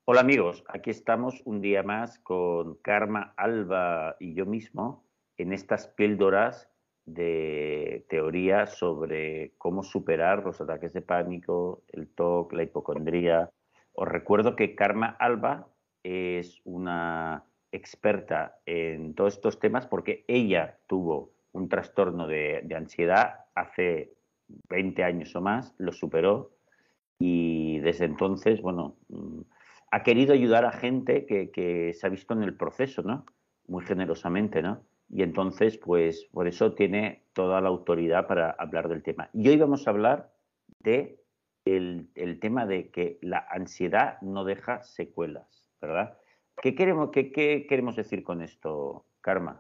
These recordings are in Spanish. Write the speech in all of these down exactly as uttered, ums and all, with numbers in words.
Hola amigos, aquí estamos un día más con Karma, Alba y yo mismo en estas píldoras de teoría sobre cómo superar los ataques de pánico, el T O C, la hipocondría. Os recuerdo que Karma Alba es una experta en todos estos temas porque ella tuvo un trastorno de, de ansiedad hace veinte años o más, lo superó y desde entonces, bueno, mm, ha querido ayudar a gente que, que se ha visto en el proceso, ¿no? Muy generosamente, ¿no? Y entonces, pues, por eso tiene toda la autoridad para hablar del tema. Y hoy vamos a hablar de el, el tema de que la ansiedad no deja secuelas, ¿verdad? ¿Qué queremos, qué, qué queremos decir con esto, Karma?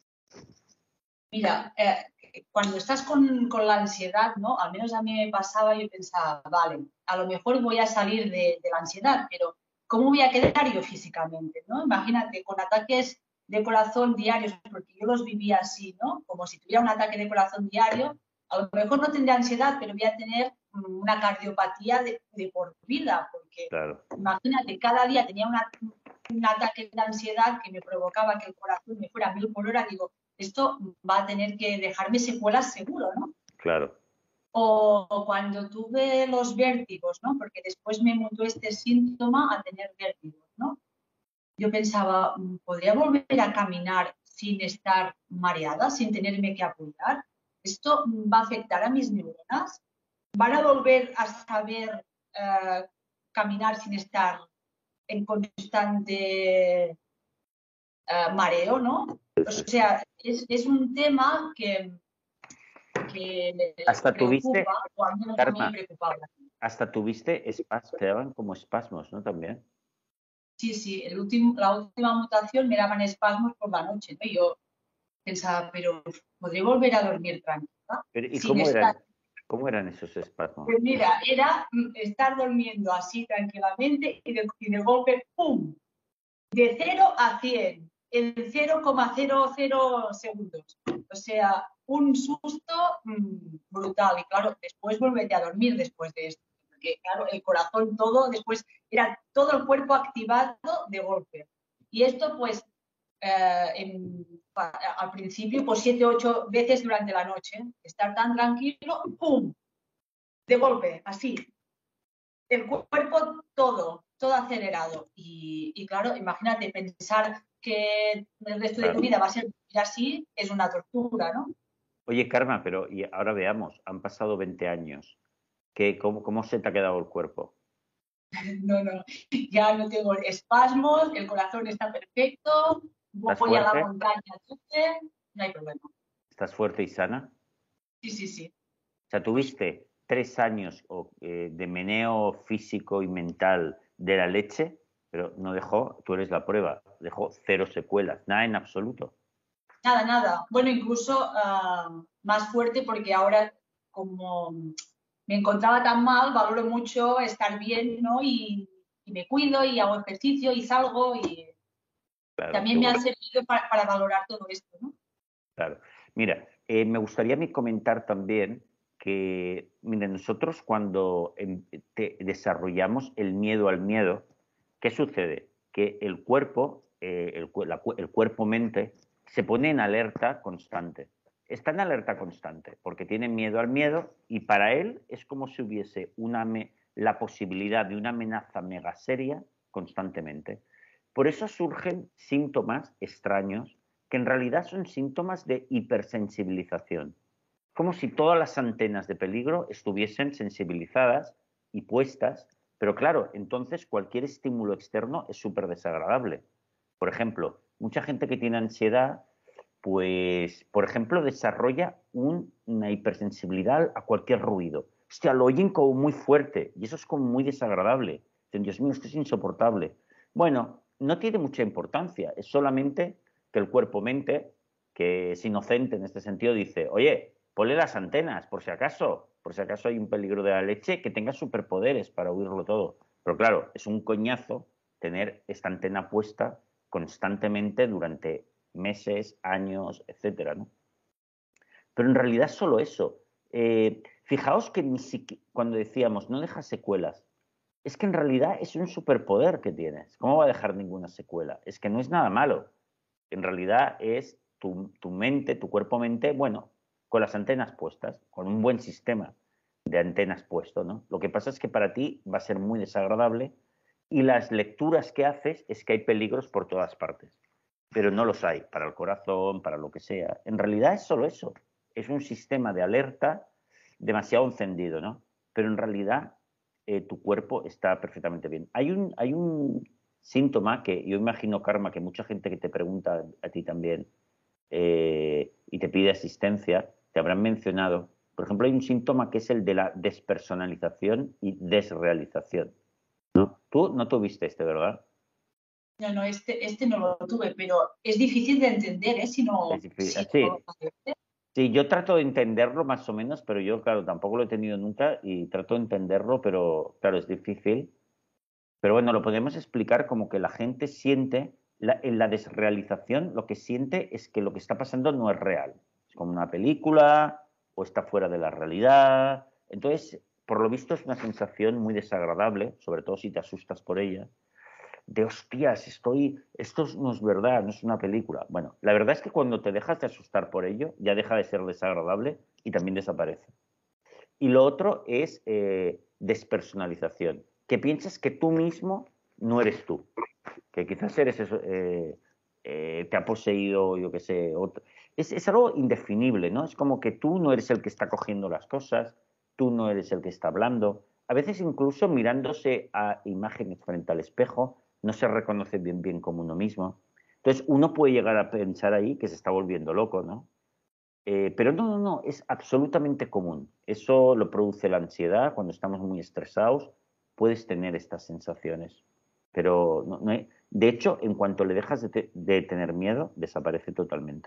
Mira, eh, cuando estás con, con, la ansiedad, ¿no? Al menos a mí me pasaba, yo pensaba, vale, a lo mejor voy a salir de, de la ansiedad, pero ¿cómo voy a quedar yo físicamente, ¿no? Imagínate, con ataques de corazón diarios, porque yo los vivía así, ¿no? Como si tuviera un ataque de corazón diario, a lo mejor no tendré ansiedad, pero voy a tener una cardiopatía de, de por vida, porque Claro. imagínate, cada día tenía una, un ataque de ansiedad que me provocaba que el corazón me fuera a mil por hora, digo, esto va a tener que dejarme secuelas seguro, ¿no? Claro. O, o cuando tuve los vértigos, ¿no? Porque después me mutó este síntoma a tener vértigos, ¿no? Yo pensaba, ¿podría volver a caminar sin estar mareada, sin tenerme que apoyar? ¿Esto va a afectar a mis neuronas? ¿Van a volver a saber eh, caminar sin estar en constante uh, mareo, ¿no? O sea, es, es un tema que, que Hasta tuviste, preocupa, o al menos a mí me Karma, preocupaba. hasta tuviste espasmos, te daban como espasmos, ¿no? También. Sí, sí, el último, la última mutación me daban espasmos por la noche, ¿no? Y yo pensaba, pero ¿podré volver a dormir tranquila? Pero, ¿y Sin cómo estar. eran, cómo eran esos espasmos? Pues mira, era estar durmiendo así tranquilamente y de, y de golpe, ¡pum! De cero a cien en cero coma cero cero segundos. O sea, un susto mmm, brutal. Y claro, después volvete a dormir después de esto. Porque claro, el corazón todo, después era todo el cuerpo activado de golpe. Y esto pues eh, en, al principio pues siete, ocho veces durante la noche. Estar tan tranquilo, ¡pum! De golpe, así. El cuerpo todo, todo acelerado. Y, y claro, imagínate, pensar que el resto de tu Claro. vida va a ser así, es una tortura, ¿no? Oye, Karma, pero y ahora veamos, han pasado veinte años. ¿Qué, cómo, ¿Cómo se te ha quedado el cuerpo? No, no, ya no tengo espasmos, el corazón está perfecto, ¿Estás voy a la fuerte? montaña, no hay problema. ¿Estás fuerte y sana? Sí, sí, sí. O sea, tuviste tres años eh, de meneo físico y mental de la leche, pero no dejó, tú eres la prueba, dejó cero secuelas, nada en absoluto. Nada, nada. Bueno, incluso uh, más fuerte porque ahora como me encontraba tan mal, valoro mucho estar bien, ¿no? Y, y me cuido y hago ejercicio y salgo y Claro, qué también me bueno. ha servido para, para valorar todo esto, ¿no? Claro. Mira, eh, me gustaría a mí comentar también que, mira, nosotros cuando em, te- desarrollamos el miedo al miedo, ¿qué sucede? Que el cuerpo, eh, el, cu- la cu- el cuerpo-mente, se pone en alerta constante. Está en alerta constante porque tiene miedo al miedo y para él es como si hubiese una me- la posibilidad de una amenaza mega seria constantemente. Por eso surgen síntomas extraños que en realidad son síntomas de hipersensibilización, como si todas las antenas de peligro estuviesen sensibilizadas y puestas, pero claro, entonces cualquier estímulo externo es súper desagradable. Por ejemplo, mucha gente que tiene ansiedad, pues, por ejemplo, desarrolla un, una hipersensibilidad a cualquier ruido. Hostia, lo oyen como muy fuerte y eso es como muy desagradable. Dicen, Dios mío, esto es insoportable. Bueno, no tiene mucha importancia, es solamente que el cuerpo-mente, que es inocente en este sentido, dice, oye, ponle las antenas, por si acaso, por si acaso hay un peligro de la leche, que tenga superpoderes para oírlo todo. Pero claro, es un coñazo tener esta antena puesta constantemente durante meses, años, etcétera, ¿no? Pero en realidad es solo eso. Eh, fijaos que ni siquiera, cuando decíamos no deja secuelas, es que en realidad es un superpoder que tienes. ¿Cómo va a dejar ninguna secuela? Es que no es nada malo. En realidad es tu, tu mente, tu cuerpo-mente, bueno, con las antenas puestas, con un buen sistema de antenas puesto, ¿no? Lo que pasa es que para ti va a ser muy desagradable y las lecturas que haces es que hay peligros por todas partes, pero no los hay para el corazón, para lo que sea. En realidad es solo eso, es un sistema de alerta demasiado encendido, ¿no? Pero en realidad eh, tu cuerpo está perfectamente bien. Hay un, hay un síntoma que yo imagino, Karma, que mucha gente que te pregunta a ti también eh, y te pide asistencia, te habrán mencionado. Por ejemplo, hay un síntoma que es el de la despersonalización y desrealización. ¿No? Tú no tuviste este, ¿verdad? No, no, este, este no lo tuve, pero es difícil de entender, ¿eh? Si Es no, difícil. si no lo Sí, padeces. sí, yo trato de entenderlo más o menos, pero yo, claro, tampoco lo he tenido nunca y trato de entenderlo, pero claro, es difícil. Pero bueno, lo podemos explicar como que la gente siente, la, en la desrealización, lo que siente es que lo que está pasando no es real. Es como una película o está fuera de la realidad. Entonces, por lo visto es una sensación muy desagradable, sobre todo si te asustas por ella, de hostias, estoy, esto no es verdad, no es una película. Bueno, la verdad es que cuando te dejas de asustar por ello, ya deja de ser desagradable y también desaparece. Y lo otro es eh, despersonalización, que piensas que tú mismo no eres tú, que quizás eres eso, eh, eh, te ha poseído, yo qué sé, otro. Es, es algo indefinible, ¿no? Es como que tú no eres el que está cogiendo las cosas, tú no eres el que está hablando. A veces incluso mirándose a imágenes frente al espejo, no se reconoce bien bien como uno mismo. Entonces uno puede llegar a pensar ahí que se está volviendo loco, ¿no? Eh, pero no, no, no, es absolutamente común. Eso lo produce la ansiedad. Cuando estamos muy estresados, puedes tener estas sensaciones. Pero no, no hay- de hecho, en cuanto le dejas de, te- de tener miedo, desaparece totalmente.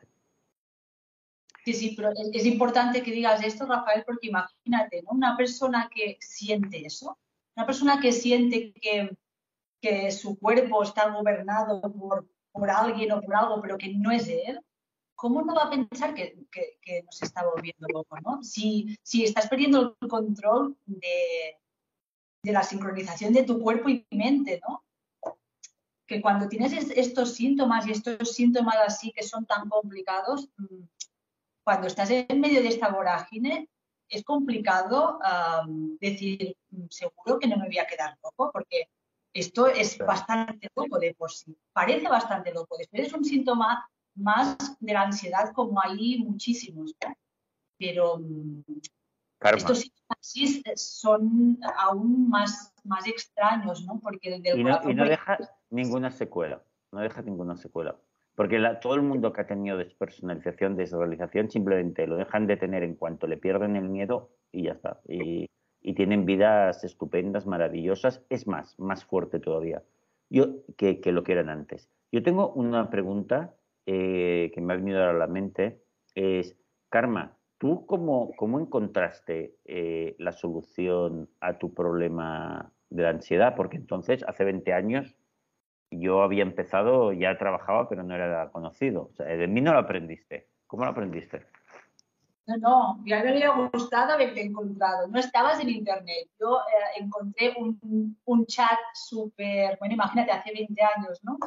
Sí, sí, pero es, es importante que digas esto, Rafael, porque imagínate, ¿no? Una persona que siente eso, una persona que siente que, que su cuerpo está gobernado por, por alguien o por algo, pero que no es él, ¿cómo no va a pensar que, que, que nos está volviendo loco, ¿no? Si, si estás perdiendo el control de, de la sincronización de tu cuerpo y mente, ¿no? Que cuando tienes estos síntomas y estos síntomas así que son tan complicados, cuando estás en medio de esta vorágine, es complicado um, decir, seguro que no me voy a quedar loco, porque esto es Claro. bastante loco de por sí. Parece bastante loco. Después es un síntoma más de la ansiedad, como hay muchísimos, ¿no? Pero um, Karma. estos síntomas sí son aún más, más extraños, ¿no? Porque el del Y no, y corazón, no por deja ejemplo, ninguna secuela. No deja ninguna secuela. Porque la- todo el mundo que ha tenido despersonalización, desrealización, simplemente lo dejan de tener en cuanto le pierden el miedo y ya está. Y, y tienen vidas estupendas, maravillosas. Es más, más fuerte todavía yo, que, que lo que eran antes. Yo tengo una pregunta eh, que me ha venido a la mente. Es, Karma, ¿tú cómo, cómo encontraste eh, la solución a tu problema de la ansiedad? Porque entonces, hace veinte años, yo había empezado, ya trabajaba, pero no era conocido. O sea, de mí no lo aprendiste. ¿Cómo lo aprendiste? no, no, ya me habría gustado haberte encontrado. No estabas en internet. Yo eh, encontré un, un chat súper, bueno, imagínate, hace veinte años, ¿no?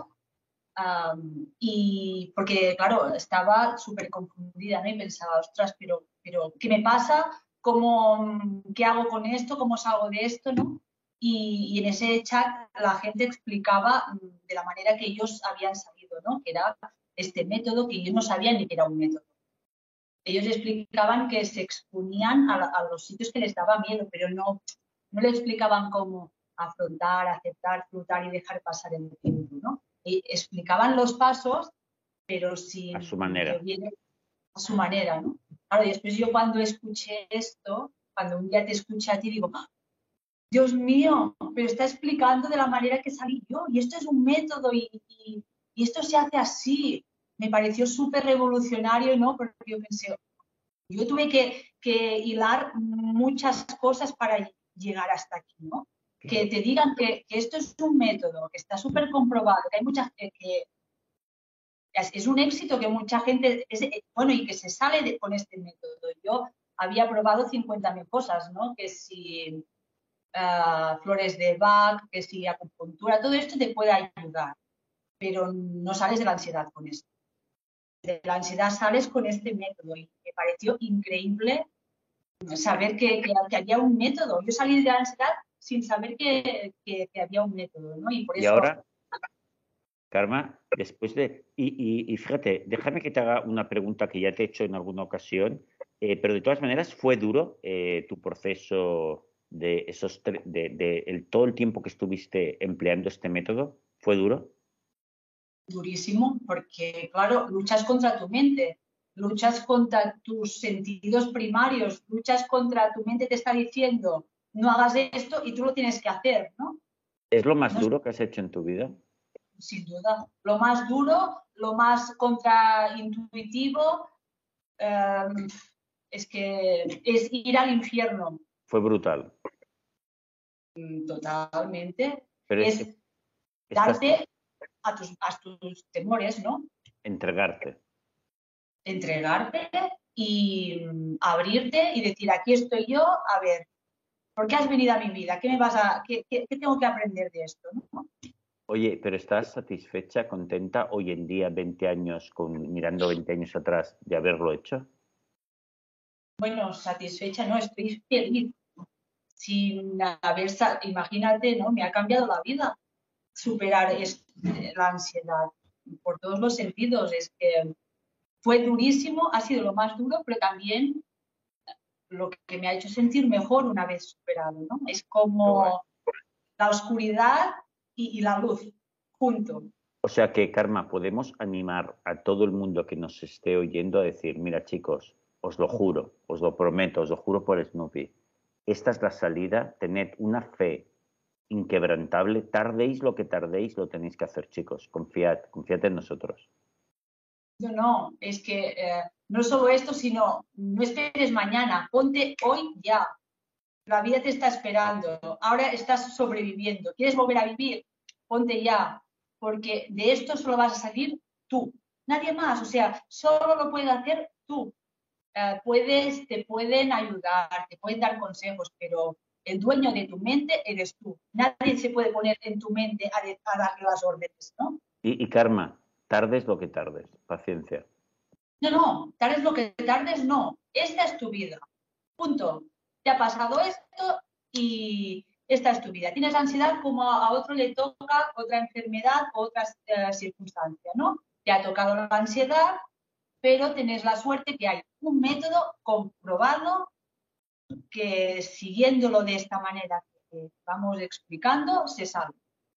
Um, y porque, claro, estaba súper confundida, ¿no? Y pensaba, ostras, pero, pero ¿qué me pasa? ¿Cómo, ¿Qué hago con esto? ¿Cómo salgo de esto? ¿No? Y, y en ese chat la gente explicaba de la manera que ellos habían salido, ¿no? Que era este método que ellos no sabían ni que era un método. Ellos explicaban que se exponían a, a los sitios que les daba miedo, pero no, no le explicaban cómo afrontar, aceptar, flotar y dejar pasar el tiempo, ¿no? Y explicaban los pasos, pero A su sin que manera. viene a su manera, ¿no? Claro, y después yo cuando escuché esto, cuando un día te escuché a ti, digo, ¡ah! Dios mío, pero está explicando de la manera que salí yo, y esto es un método, y, y, y esto se hace así. Me pareció súper revolucionario, ¿no? Porque yo pensé, yo tuve que, que hilar muchas cosas para llegar hasta aquí, ¿no? Que Claro. te digan que, que esto es un método, que está súper comprobado, que hay mucha que, que es, es, un éxito que mucha gente, es, bueno, y que se sale de, con este método. Yo había probado cincuenta mil cosas, ¿no? Que si uh, flores de Bach, que si acupuntura, todo esto te puede ayudar, pero no sales de la ansiedad con esto. De la ansiedad sales con este método y me pareció increíble saber que, que, que había un método. Yo salí de la ansiedad sin saber que, que, que había un método, ¿no? Y por Y eso... ahora, Karma, después de... Y, y, y fíjate, déjame que te haga una pregunta que ya te he hecho en alguna ocasión, eh, pero de todas maneras, ¿fue duro eh, tu proceso de esos de, de el, todo el tiempo que estuviste empleando este método? ¿Fue duro? Durísimo, porque, claro, luchas contra tu mente, luchas contra tus sentidos primarios, luchas contra tu mente te está diciendo, no hagas esto y tú lo tienes que hacer, ¿no? ¿Es lo más no, duro que has hecho en tu vida? Sin duda. Lo más duro, lo más contraintuitivo, eh, es que es ir al infierno. Fue brutal. Totalmente. Pero es, es, darte a tus, a tus temores, ¿no? Entregarte. Entregarte y abrirte y decir, aquí estoy yo, a ver, ¿por qué has venido a mi vida? ¿Qué me vas a, qué, qué, qué tengo que aprender de esto? ¿no? Oye, pero ¿estás satisfecha, contenta hoy en día, veinte años, con, mirando veinte años atrás, de haberlo hecho? Bueno, satisfecha, no, estoy feliz. Sin haber, imagínate, ¿no? Me ha cambiado la vida superar es, la ansiedad por todos los sentidos. Es que fue durísimo, ha sido lo más duro, pero también lo que me ha hecho sentir mejor una vez superado, ¿no? Es como la oscuridad y, y la luz junto. O sea que, Karma, podemos animar a todo el mundo que nos esté oyendo a decir, mira chicos, os lo juro, os lo prometo, os lo juro por Snoopy, esta es la salida, tened una fe inquebrantable, tardéis lo que tardéis, lo tenéis que hacer, chicos, confiad, confiad en nosotros. No, no, es que eh, no solo esto, sino no esperes mañana, ponte hoy ya. La vida te está esperando, ahora estás sobreviviendo. ¿Quieres volver a vivir? Ponte ya, porque de esto solo vas a salir tú, nadie más. O sea, solo lo puedes hacer tú. Uh, puedes, te pueden ayudar, te pueden dar consejos, pero el dueño de tu mente eres tú. Nadie se puede poner en tu mente a, de, a darle las órdenes, ¿no? Y, y Karma, tardes lo que tardes, paciencia. No, no, tardes lo que tardes, no. Esta es tu vida. Punto. Te ha pasado esto y esta es tu vida. Tienes ansiedad como a otro le toca otra enfermedad o otra uh, circunstancia, ¿no? Te ha tocado la ansiedad, pero tenés la suerte que hay un método comprobado que siguiéndolo de esta manera que vamos explicando, se sale.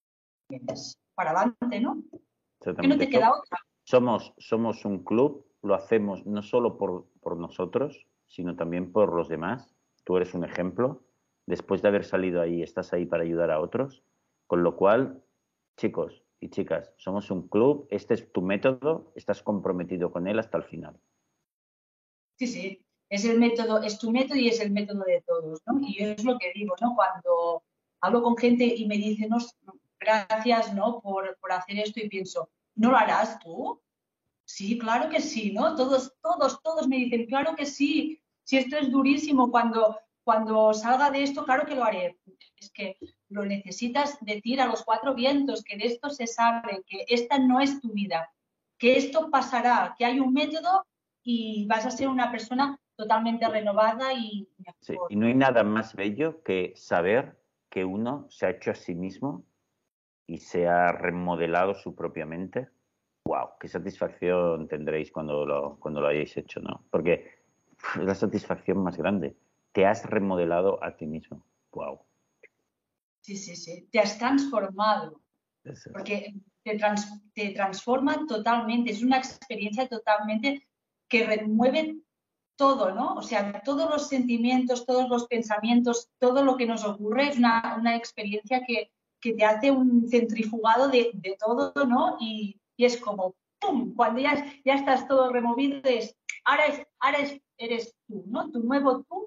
Para adelante, ¿no? Que no te queda otra. Somos, somos un club, lo hacemos no solo por, por nosotros, sino también por los demás. Tú eres un ejemplo. Después de haber salido ahí, estás ahí para ayudar a otros. Con lo cual, chicos y chicas, somos un club, este es tu método, estás comprometido con él hasta el final. Sí, sí, es el método, es tu método y es el método de todos, ¿no? Y yo es lo que digo, ¿no? Cuando hablo con gente y me dicen, no, gracias, ¿no? Por, por hacer esto y pienso, ¿no lo harás tú? Sí, claro que sí, ¿no? Todos, todos, todos me dicen, claro que sí, si esto es durísimo, cuando, cuando salga de esto, claro que lo haré. Es que lo necesitas decir a los cuatro vientos, que de esto se sabe, que esta no es tu vida, que esto pasará, que hay un método y vas a ser una persona totalmente renovada y mejor. Sí, y no hay nada más bello que saber que uno se ha hecho a sí mismo y se ha remodelado su propia mente. ¡Wow! ¡Qué satisfacción tendréis cuando lo, cuando lo hayáis hecho, ¿no? Porque es la satisfacción más grande. Te has remodelado a ti mismo. ¡Wow! Sí, sí, sí. Te has transformado. Eso. Porque te, trans, te transforma totalmente. Es una experiencia totalmente que remueve todo, ¿no? O sea, todos los sentimientos, todos los pensamientos, todo lo que nos ocurre es una, una experiencia que, que te hace un centrifugado de, de todo, ¿no? Y, y es como, ¡pum! Cuando ya, ya estás todo removido, es, ahora, es, ahora es, eres tú, ¿no? Tu nuevo tú,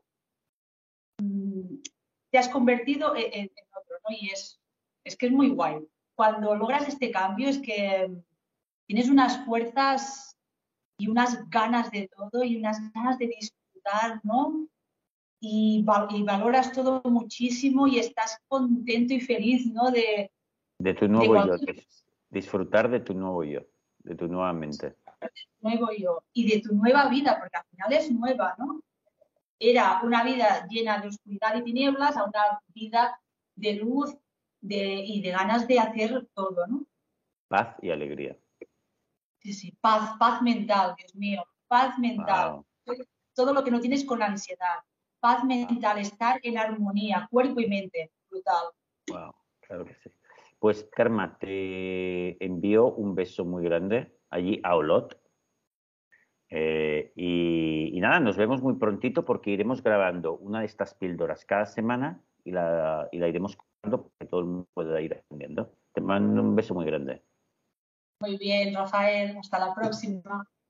mmm, te has convertido en, en, en otro, ¿no? Y es, es que es muy guay. Cuando logras este cambio es que tienes unas fuerzas y unas ganas de todo y unas ganas de disfrutar, ¿no? y, val y valoras todo muchísimo y estás contento y feliz, ¿no? De, de tu nuevo yo, disfrutar de tu nuevo yo, de tu nueva mente. Nuevo yo y de tu nueva vida, porque al final es nueva, ¿no? Era una vida llena de oscuridad y tinieblas a una vida de luz de, y de ganas de hacer todo, ¿no? Paz y alegría. Sí, sí, paz, paz mental, Dios mío, paz mental. Wow. Todo lo que no tienes con la ansiedad. Paz mental, estar en armonía, cuerpo y mente, brutal. Wow, claro que sí. Pues, Karma, te envío un beso muy grande allí a Olot. Eh, y, y nada, nos vemos muy prontito porque iremos grabando una de estas píldoras cada semana y la, y la iremos contando para que todo el mundo pueda ir aprendiendo. Te mando un beso muy grande. Muy bien, Rafael. Hasta la próxima.